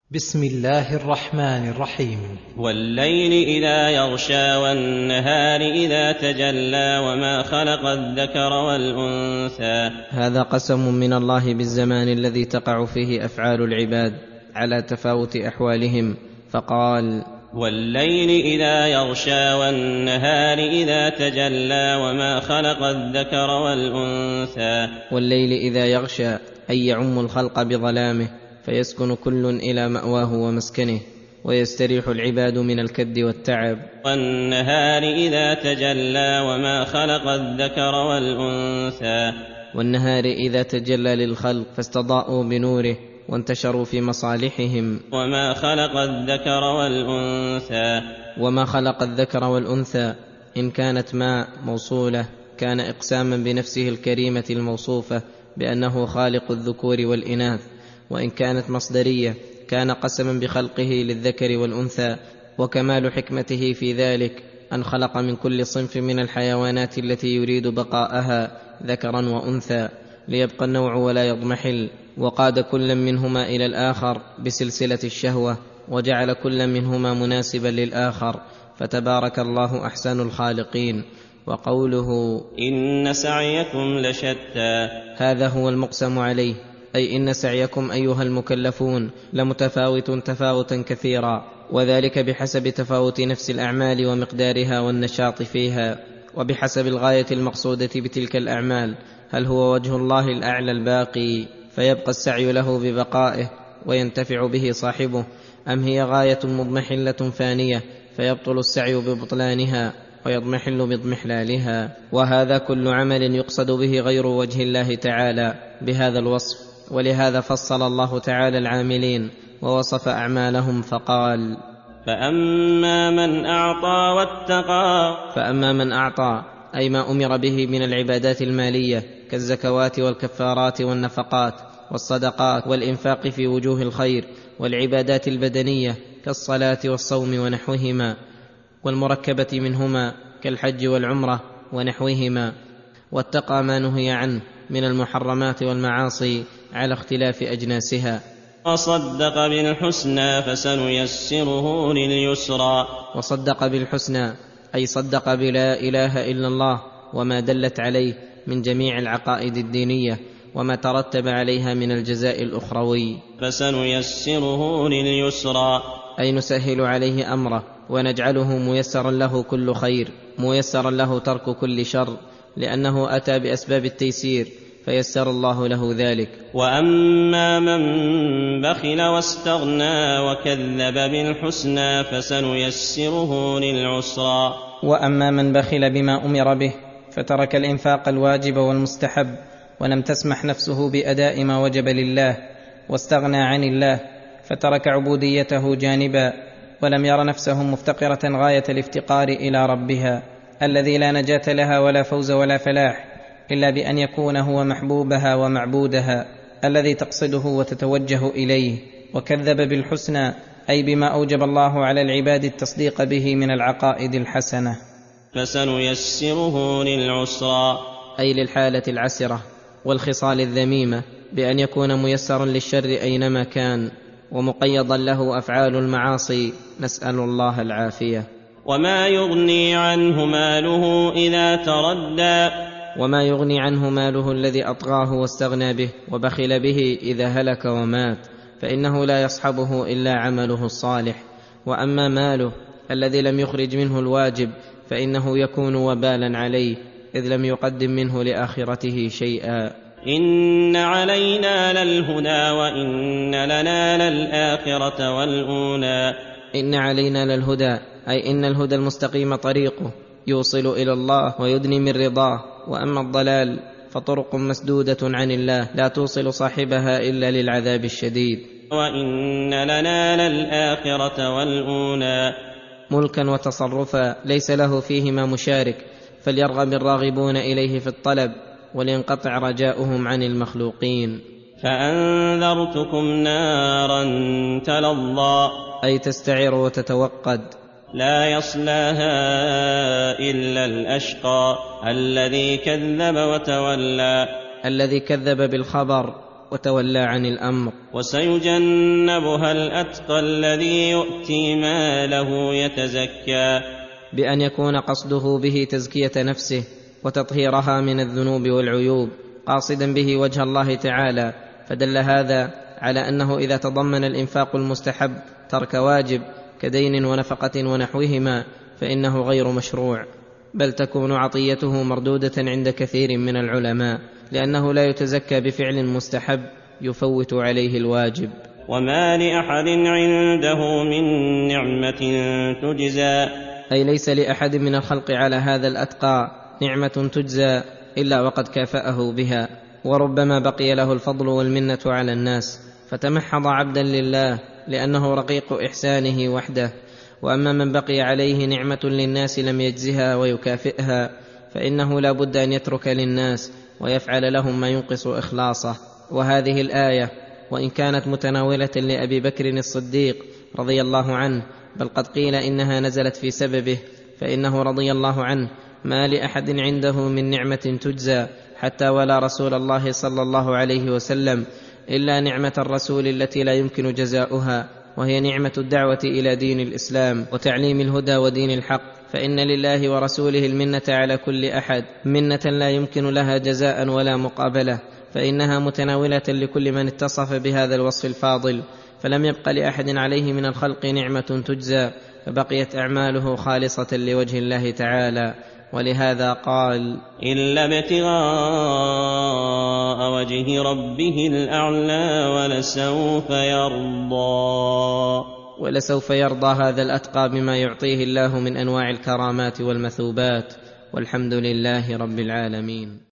بسم الله الرحمن الرحيم. والليل إذا يغشى والنهار إذا تجلى وما خلق الذكر والأنثى. هذا قسم من الله بالزمان الذي تقع فيه أفعال العباد على تفاوت أحوالهم، فقال: والليل إذا يغشى والنهار إذا تجلى وما خلق الذكر والأنثى. والليل إذا يغشى أي يعم الخلق بظلامه، فيسكن كل إلى مأواه ومسكنه، ويستريح العباد من الكد والتعب. والنهار إذا تجلى وما خلق الذكر والأنثى. والنهار إذا تجلى للخلق فاستضاءوا بنوره وانتشروا في مصالحهم. وما خلق الذكر والأنثى. وما خلق الذكر والأنثى إن كانت ماء موصولة كان إقساما بنفسه الكريمة الموصوفة بأنه خالق الذكور والإناث، وإن كانت مصدرية كان قسما بخلقه للذكر والأنثى. وكمال حكمته في ذلك أن خلق من كل صنف من الحيوانات التي يريد بقاءها ذكرا وأنثى ليبقى النوع ولا يضمحل، وقاد كل منهما إلى الآخر بسلسلة الشهوة، وجعل كل منهما مناسبا للآخر، فتبارك الله أحسن الخالقين. وقوله: إن سعيكم لشتى، هذا هو المقسم عليه، أي إن سعيكم أيها المكلفون لمتفاوت تفاوتا كثيرا، وذلك بحسب تفاوت نفس الأعمال ومقدارها والنشاط فيها، وبحسب الغاية المقصودة بتلك الأعمال، هل هو وجه الله الأعلى الباقي فيبقى السعي له ببقائه وينتفع به صاحبه، أم هي غاية مضمحلة فانية فيبطل السعي ببطلانها ويضمحل باضمحلالها. وهذا كل عمل يقصد به غير وجه الله تعالى بهذا الوصف، ولهذا فصل الله تعالى العاملين ووصف أعمالهم فقال: فأما من أعطى واتقى. فأما من أعطى أي ما أمر به من العبادات المالية كالزكوات والكفارات والنفقات والصدقات والإنفاق في وجوه الخير، والعبادات البدنية كالصلاة والصوم ونحوهما، والمركبة منهما كالحج والعمرة ونحوهما، واتقى ما نهي عنه من المحرمات والمعاصي على اختلاف أجناسها. وصدق بالحسنى فسنيسره لليسرى. وصدق بالحسنى أي صدق بلا إله إلا الله وما دلت عليه من جميع العقائد الدينية وما ترتب عليها من الجزاء الأخروي. فسنيسره لليسرى أي نسهل عليه أمره ونجعله ميسرا له كل خير، ميسرا له ترك كل شر، لأنه أتى بأسباب التيسير فيسر الله له ذلك. وأما من بخل واستغنى وكذب بالحسنى فسنيسره للعسرى. وأما من بخل بما أمر به فترك الإنفاق الواجب والمستحب ولم تسمح نفسه بأداء ما وجب لله، واستغنى عن الله فترك عبوديته جانبا، ولم ير نفسه مفتقرة غاية الافتقار إلى ربها الذي لا نجاة لها ولا فوز ولا فلاح إلا بأن يكون هو محبوبها ومعبودها الذي تقصده وتتوجه إليه. وكذب بالحسنى أي بما أوجب الله على العباد التصديق به من العقائد الحسنة. فسنيسره للعسرى أي للحالة العسرة والخصال الذميمة، بأن يكون ميسرا للشر أينما كان، ومقيضا له أفعال المعاصي، نسأل الله العافية. وما يغني عنه ماله إذا تردى. وما يغني عنه ماله الذي أطغاه واستغنى به وبخل به إذا هلك ومات، فإنه لا يصحبه إلا عمله الصالح. وأما ماله الذي لم يخرج منه الواجب فإنه يكون وبالا عليه، إذ لم يقدم منه لآخرته شيئا. إن علينا للهدى وإن لنا للآخرة والأولى. إن علينا للهدى أي إن الهدى المستقيم طريقه يوصل إلى الله ويدني من رضاه، وأما الضلال فطرق مسدودة عن الله لا توصل صاحبها إلا للعذاب الشديد. وإن لنا للآخرة والأولى. ملكا وتصرفا ليس له فيهما مشارك، فليرغب الراغبون إليه في الطلب ولينقطع رجاؤهم عن المخلوقين. فأنذرتكم نارا تلظى أي تستعر وتتوقد. لا يصلاها إلا الأشقى الذي كذب وتولى. الذي كذب بالخبر وتولى عن الأمر. وسيجنبها الأتقى الذي يؤتي ماله يتزكى، بأن يكون قصده به تزكية نفسه وتطهيرها من الذنوب والعيوب، قاصدا به وجه الله تعالى، فدل هذا على أنه إذا تضمن الإنفاق المستحب ترك واجب كدين ونفقة ونحوهما فإنه غير مشروع، بل تكون عطيته مردودة عند كثير من العلماء، لأنه لا يتزكى بفعل مستحب يفوت عليه الواجب. وما لأحد عنده من نعمة تجزى، أي ليس لأحد من الخلق على هذا الأتقى نعمة تجزى إلا وقد كافأه بها، وربما بقي له الفضل والمنة على الناس فتمحض عبدا لله لأنه رقيق إحسانه وحده. وأما من بقي عليه نعمة للناس لم يجزها ويكافئها فإنه لا بد أن يترك للناس ويفعل لهم ما ينقص إخلاصه. وهذه الآية وإن كانت متناولة لأبي بكر الصديق رضي الله عنه، بل قد قيل إنها نزلت في سببه، فإنه رضي الله عنه ما لأحد عنده من نعمة تجزى حتى ولا رسول الله صلى الله عليه وسلم إلا نعمة الرسول التي لا يمكن جزاؤها، وهي نعمة الدعوة إلى دين الإسلام وتعليم الهدى ودين الحق، فإن لله ورسوله المنة على كل أحد، منة لا يمكن لها جزاء ولا مقابلة، فإنها متناولة لكل من اتصف بهذا الوصف الفاضل، فلم يبق لأحد عليه من الخلق نعمة تجزى، فبقيت أعماله خالصة لوجه الله تعالى. ولهذا قال: إلا ابتغاء وجه ربه الأعلى ولسوف يرضى هذا الأتقى بما يعطيه الله من أنواع الكرامات والمثوبات، والحمد لله رب العالمين.